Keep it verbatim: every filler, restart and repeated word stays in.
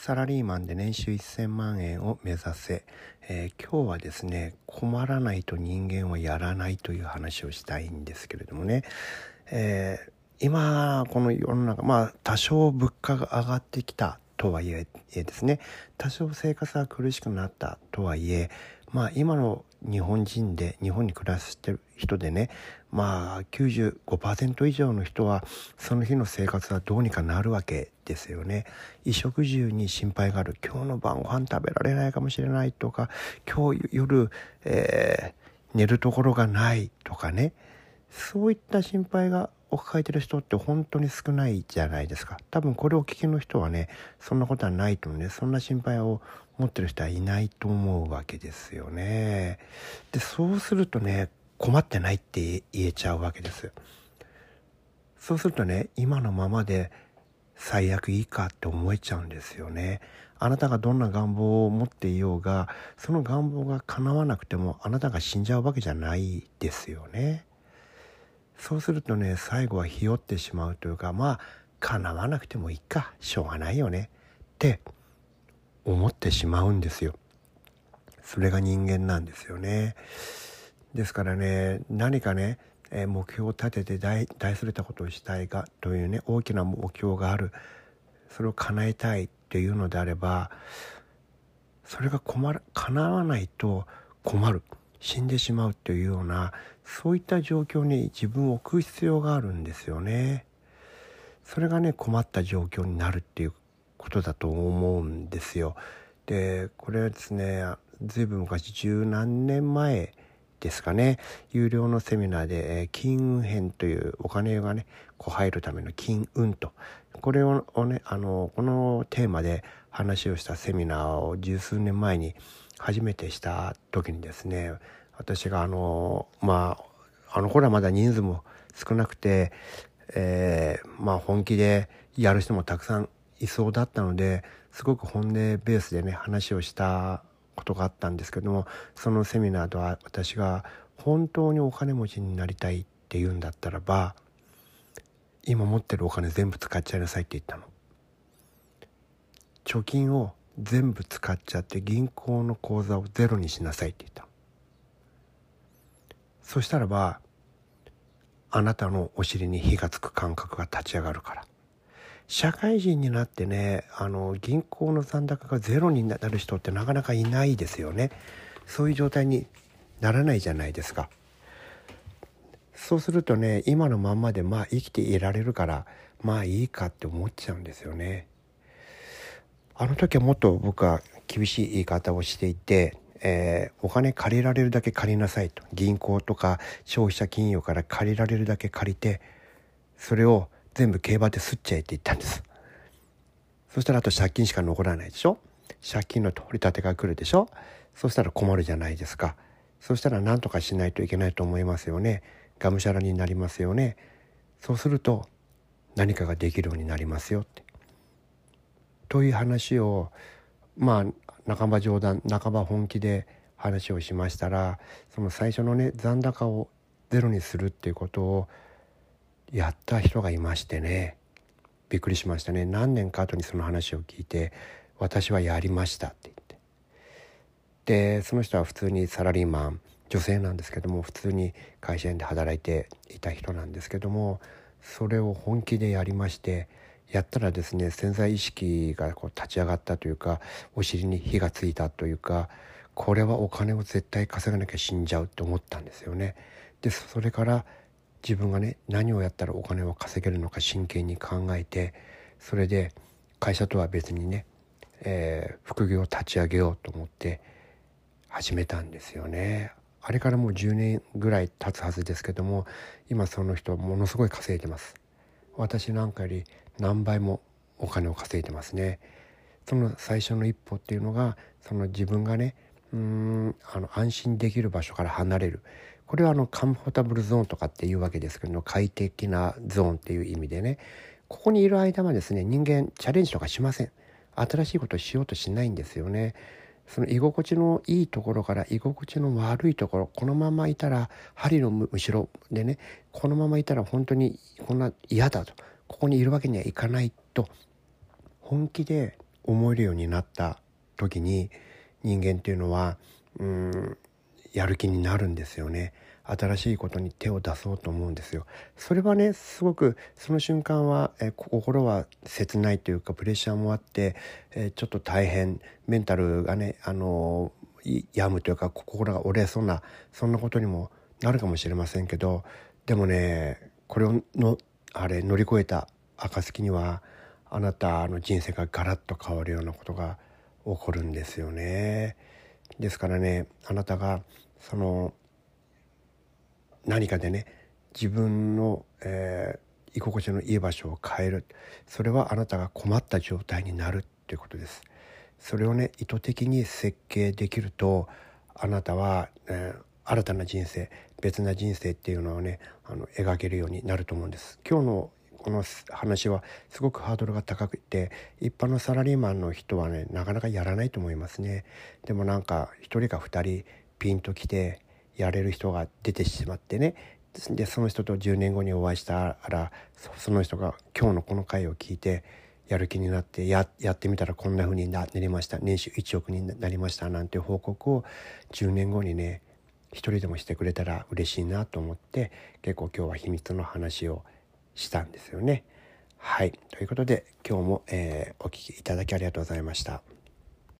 サラリーマンで年収せんまんえんを目指せ、えー、今日はですね、困らないと人間はやらないという話をしたいんですけれどもね、えー、今この世の中、まあ多少物価が上がってきたとはいえですね、多少生活が苦しくなったとはいえ、まあ今の日本人で日本に暮らしてる人でね、まあ きゅうじゅうごパーセント 以上の人はその日の生活はどうにかなるわけですよね。衣食住に心配がある、今日の晩ご飯食べられないかもしれないとか、今日夜、えー、寝るところがないとかね、そういった心配がを抱えてる人って本当に少ないじゃないですか。多分これをお聞きの人はね、そんなことはないとね、そんな心配を持ってる人はいないと思うわけですよね。で、そうするとね、困ってないって言えちゃうわけです。そうするとね、今のままで最悪いいかって思えちゃうんですよね。あなたがどんな願望を持っていようが、その願望が叶わなくてもあなたが死んじゃうわけじゃないですよね。そうするとね、最後はひよってしまうというか、まあ叶わなくてもいいか、しょうがないよねって思ってしまうんですよ。それが人間なんですよね。ですからね、何かね、えー目標を立てて大大それたことをしたいがというね、大きな目標がある、それを叶えたいっていうのであれば、それが困る叶わないと困る、死んでしまうというような、そういった状況に自分を置く必要があるんですよね。それがね、困った状況になるっていうことだと思うんですよ。で、これはですね、ずいぶん昔、十何年前ですかね、有料のセミナーで、えー金運編というお金がね、こう入るための金運と、これをね、あのこのテーマで話をしたセミナーを十数年前に初めてした時にですね、私があのまああの頃はまだ人数も少なくて、えーまあ本気でやる人もたくさんいそうだったので、すごく本音ベースでね話をしたことがあったんですけども、そのセミナーでは私が本当にお金持ちになりたいって言うんだったらば、今持ってるお金全部使っちゃいなさいって言ったの。貯金を全部使っちゃって銀行の口座をゼロにしなさいって言ったの。そしたらば、あなたのお尻に火がつく感覚が立ち上がるから。社会人になってね、あの銀行の残高がゼロになる人ってなかなかいないですよね。そういう状態にならないじゃないですか。そうするとね、今のまんまでまあ生きていられるからまあいいかって思っちゃうんですよね。あの時はもっと僕は厳しい言い方をしていて、えーお金借りられるだけ借りなさいと、銀行とか消費者金融から借りられるだけ借りて、それを全部競馬で吸っちゃえって言ったんです。そしたらあと借金しか残らないでしょ。借金の取り立てが来るでしょ。そしたら困るじゃないですか。そしたら何とかしないといけないと思いますよね。がむしゃらになりますよね。そうすると何かができるようになりますよってという話を、まあ半ば冗談半ば本気で話をしましたら、その最初のね残高をゼロにするっていうことをやった人がいましてね、びっくりしましたね。何年か後にその話を聞いて、私はやりましたって言って、でその人は普通にサラリーマン、女性なんですけども、普通に会社員で働いていた人なんですけども、それを本気でやりまして、やったらですね、潜在意識がこう立ち上がったというか、お尻に火がついたというか、これはお金を絶対稼がなきゃ死んじゃうって思ったんですよね。でそれから自分がね、何をやったらお金を稼げるのか真剣に考えて、それで会社とは別にね、えー副業を立ち上げようと思って始めたんですよね。あれからもうじゅうねんぐらい経つはずですけども、今その人はものすごい稼いでます。私なんかより何倍もお金を稼いでますね。その最初の一歩っていうのが、その自分がね、うーんあの安心できる場所から離れる。これはあのカンフォータブルゾーンとかっていうわけですけど、快適なゾーンっていう意味でね、ここにいる間はですね、人間チャレンジとかしません。新しいことをしようとしないんですよね。その居心地のいいところから居心地の悪いところ、このままいたら針のむ後ろでね、このままいたら本当にこんな嫌だと、ここにいるわけにはいかないと本気で思えるようになった時に人間っていうのはうーんやる気になるんですよね。新しいことに手を出そうと思うんですよ。それはねすごくその瞬間はえ心は切ないというかプレッシャーもあって、えちょっと大変メンタルがねあの病むというか心が折れそうなそんなことにもなるかもしれませんけど、でもねこれをのあれ乗り越えた暁にはあなたの人生がガラッと変わるようなことが起こるんですよね。ですからねあなたがその何かでね自分の、えー居心地のいい場所を変える、それはあなたが困った状態になるということです。それをね意図的に設計できるとあなたは、えー新たな人生別な人生っていうのをねあの描けるようになると思うんです。今日のこの話はすごくハードルが高くて一般のサラリーマンの人はねなかなかやらないと思いますね。でもなんか一人か二人ピンときてやれる人が出てしまってね、でその人とじゅうねんごにお会いしたらその人が今日のこの回を聞いてやる気になって や, やってみたらこんな風になりました、年収いちおくになりましたなんていう報告をじゅうねんごにね一人でもしてくれたら嬉しいなと思って結構今日は秘密の話をしたんですよね。はい、ということで今日も、えーお聞きいただきありがとうございました。